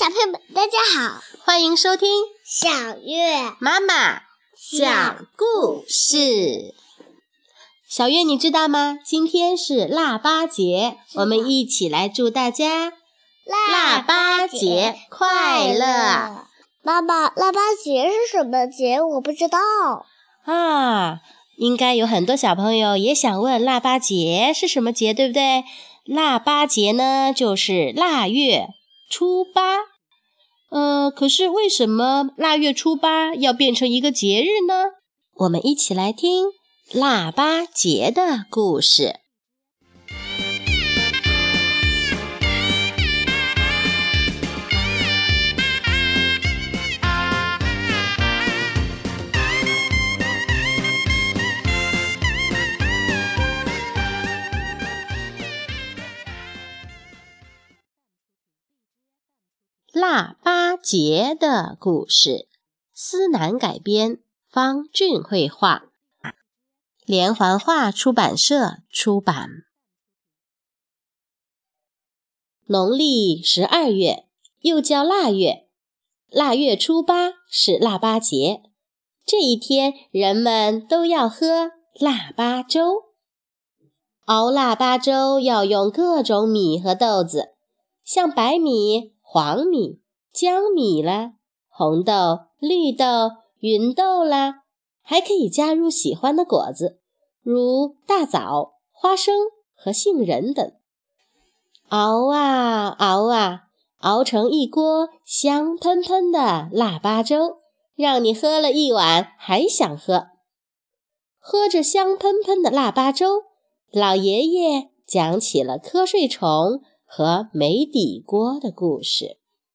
小朋友们，大家好， 欢迎收听小月妈妈讲故事。小月，你知道吗？今天是腊八节，我们一起来祝大家腊八节快乐。 妈妈，腊八节是什么节？我不知道啊。应该有很多小朋友也想问腊八节是什么节，对不对？腊八节呢，就是腊月初八。可是为什么腊月初八要变成一个节日呢？我们一起来听腊八节的故事。腊八节的故事，思南改编，方俊绘画，连环画出版社出版。农历12月，又叫腊月，腊月初八是腊八节。这一天，人们都要喝腊八粥。熬腊八粥要用各种米和豆子，像白米、黄米、江米啦，红豆、绿豆、芸豆啦，还可以加入喜欢的果子，如大枣、花生和杏仁等。熬啊熬啊，熬成一锅香喷喷的腊八粥，让你喝了一碗还想喝。喝着香喷喷的腊八粥，老爷爷讲起了瞌睡虫和没底锅的故事。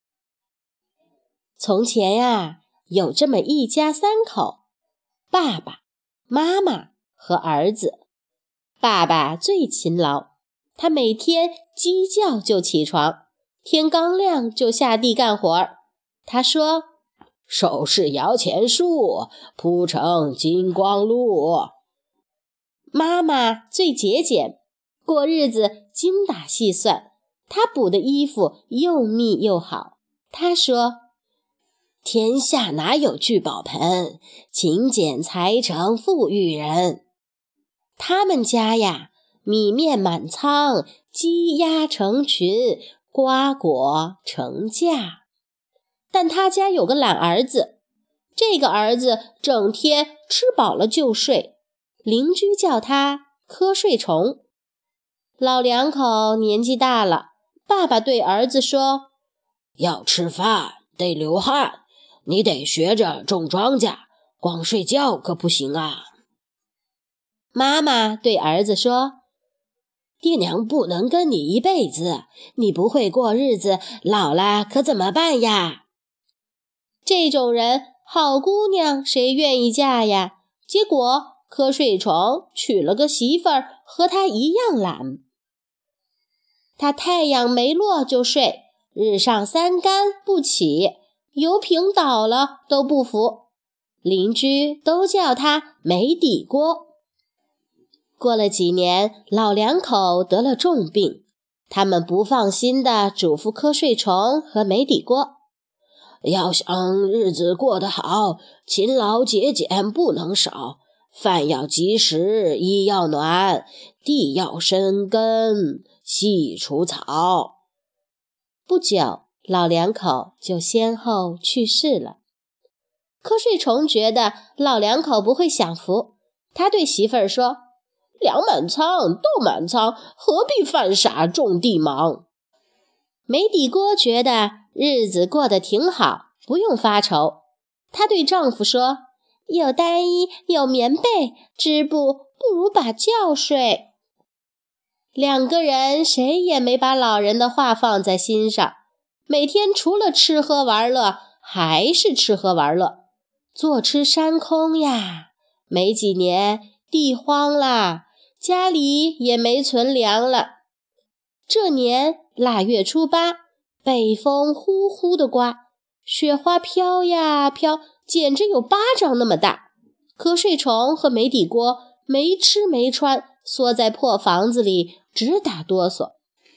从前呀，有这么一家三口，爸爸、妈妈和儿子。爸爸最勤劳，他每天鸡叫就起床，天刚亮就下地干活儿。他说：“手是摇钱树，铺成金光路。”妈妈最节俭，过日子精打细算，她补的衣服又密又好。她说：“天下哪有聚宝盆，勤俭才成富裕人。”他们家呀，米面满仓，鸡鸭成群，瓜果成架。但他家有个懒儿子，这个儿子整天吃饱了就睡，邻居叫他瞌睡虫。老两口年纪大了，爸爸对儿子说：“要吃饭得流汗，你得学着种庄稼，光睡觉可不行啊。”妈妈对儿子说：“爹娘不能跟你一辈子，你不会过日子，老了可怎么办呀？”这种人，好姑娘谁愿意嫁呀？结果瞌睡虫娶了个媳妇儿，和他一样懒。他太阳没落就睡，日上三竿不起，油瓶倒了都不扶，邻居都叫他没底锅。过了几年，老两口得了重病，他们不放心地嘱咐瞌睡虫和没底锅：“要想日子过得好，勤劳节俭不能少，饭要及时，衣要暖，地要深耕，细除草。”不久，老两口就先后去世了。瞌睡虫觉得老两口不会享福，他对媳妇儿说：“粮满仓，豆满仓，何必犯傻种地忙？”没底锅觉得日子过得挺好，不用发愁。她对丈夫说：“有单衣，有棉被，织布不如把觉睡。”两个人谁也没把老人的话放在心上，每天除了吃喝玩乐，还是吃喝玩乐，坐吃山空呀。没几年，地荒啦，家里也没存粮了。这年腊月初八，北风呼呼地刮，雪花飘呀飘，简直有巴掌那么大。瞌睡虫和没底锅没吃没穿，缩在破房子里直打哆嗦。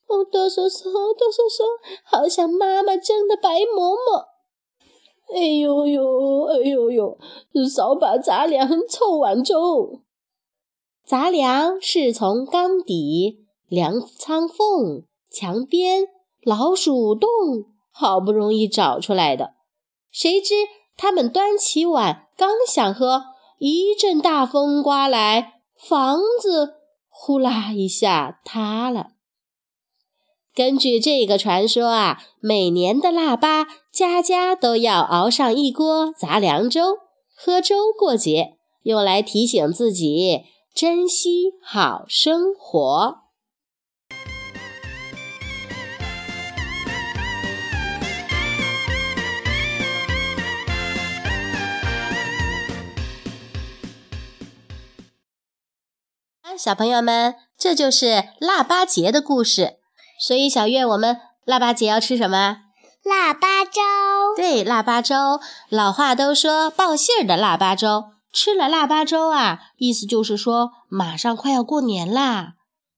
哆嗦嗦，哆嗦嗦，好像妈妈蒸的白馍馍。哎呦呦，哎呦呦，少把杂粮凑碗粥。杂粮是从缸底、粮仓缝、墙边、老鼠洞好不容易找出来的。谁知他们端起碗，刚想喝，一阵大风刮来，房子呼啦一下塌了。根据这个传说啊，每年的腊八，家家都要熬上一锅杂粮粥，喝粥过节，用来提醒自己珍惜好生活。小朋友们，这就是腊八节的故事。所以小月，我们腊八节要吃什么？ 腊八粥。 对，腊八粥。老话都说报信儿的腊八粥，吃了腊八粥啊，意思就是说马上快要过年啦。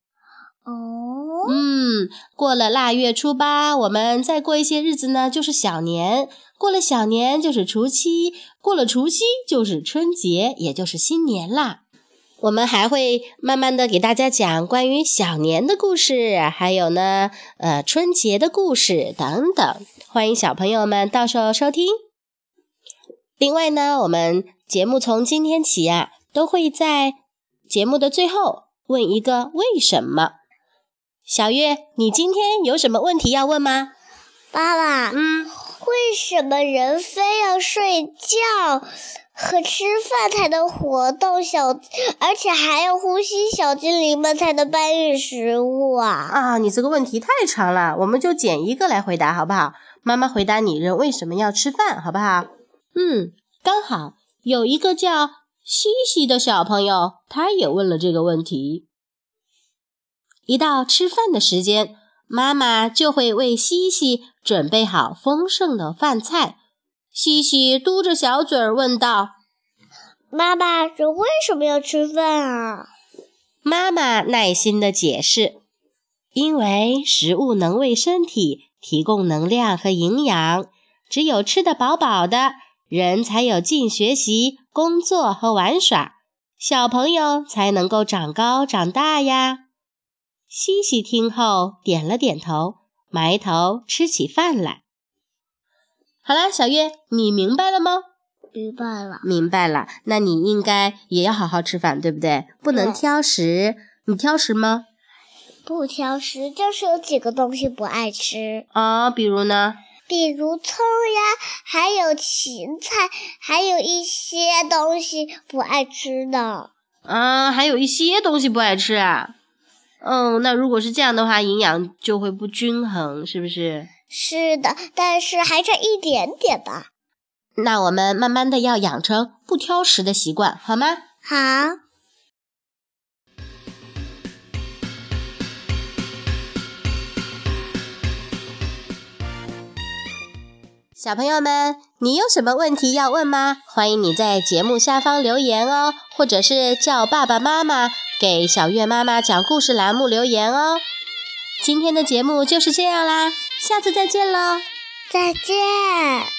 过了腊月初八，我们再过一些日子呢，就是小年。过了小年就是除夕，过了除夕就是春节，也就是新年啦。我们还会慢慢的给大家讲关于小年的故事，还有呢，春节的故事等等，欢迎小朋友们到时候收听。另外呢，我们节目从今天起啊，都会在节目的最后问一个为什么。小月，你今天有什么问题要问吗？ 爸爸，为什么人非要睡觉和吃饭才能活动而且还要呼吸小精灵们才能搬运食物啊？ 你这个问题太长了，我们就捡一个来回答好不好？妈妈回答你人为什么要吃饭好不好？刚好有一个叫西西的小朋友，他也问了这个问题。一到吃饭的时间，妈妈就会为西西准备好丰盛的饭菜。西西嘟着小嘴儿问道： 妈妈，人为什么要吃饭啊？ 妈妈耐心地解释：因为食物能为身体提供能量和营养，只有吃得饱饱的，人才有劲学习、工作和玩耍，小朋友才能够长高长大呀。西西听后点了点头，埋头吃起饭来。好啦，小月，你明白了吗？明白了，那你应该也要好好吃饭，对不对？不能挑食。你挑食吗？ 不挑食，就是有几个东西不爱吃。 比如呢？ 比如葱呀，还有芹菜，还有一些东西不爱吃的。 还有一些东西不爱吃啊？那如果是这样的话，营养就会不均衡，是不是？ 是的，但是还差一点点吧。 那我们慢慢的要养成不挑食的习惯，好吗？ 好。 小朋友们，你有什么问题要问吗？欢迎你在节目下方留言哦，或者是叫爸爸妈妈给小月妈妈讲故事栏目留言哦。今天的节目就是这样啦，下次再见喽。 再见。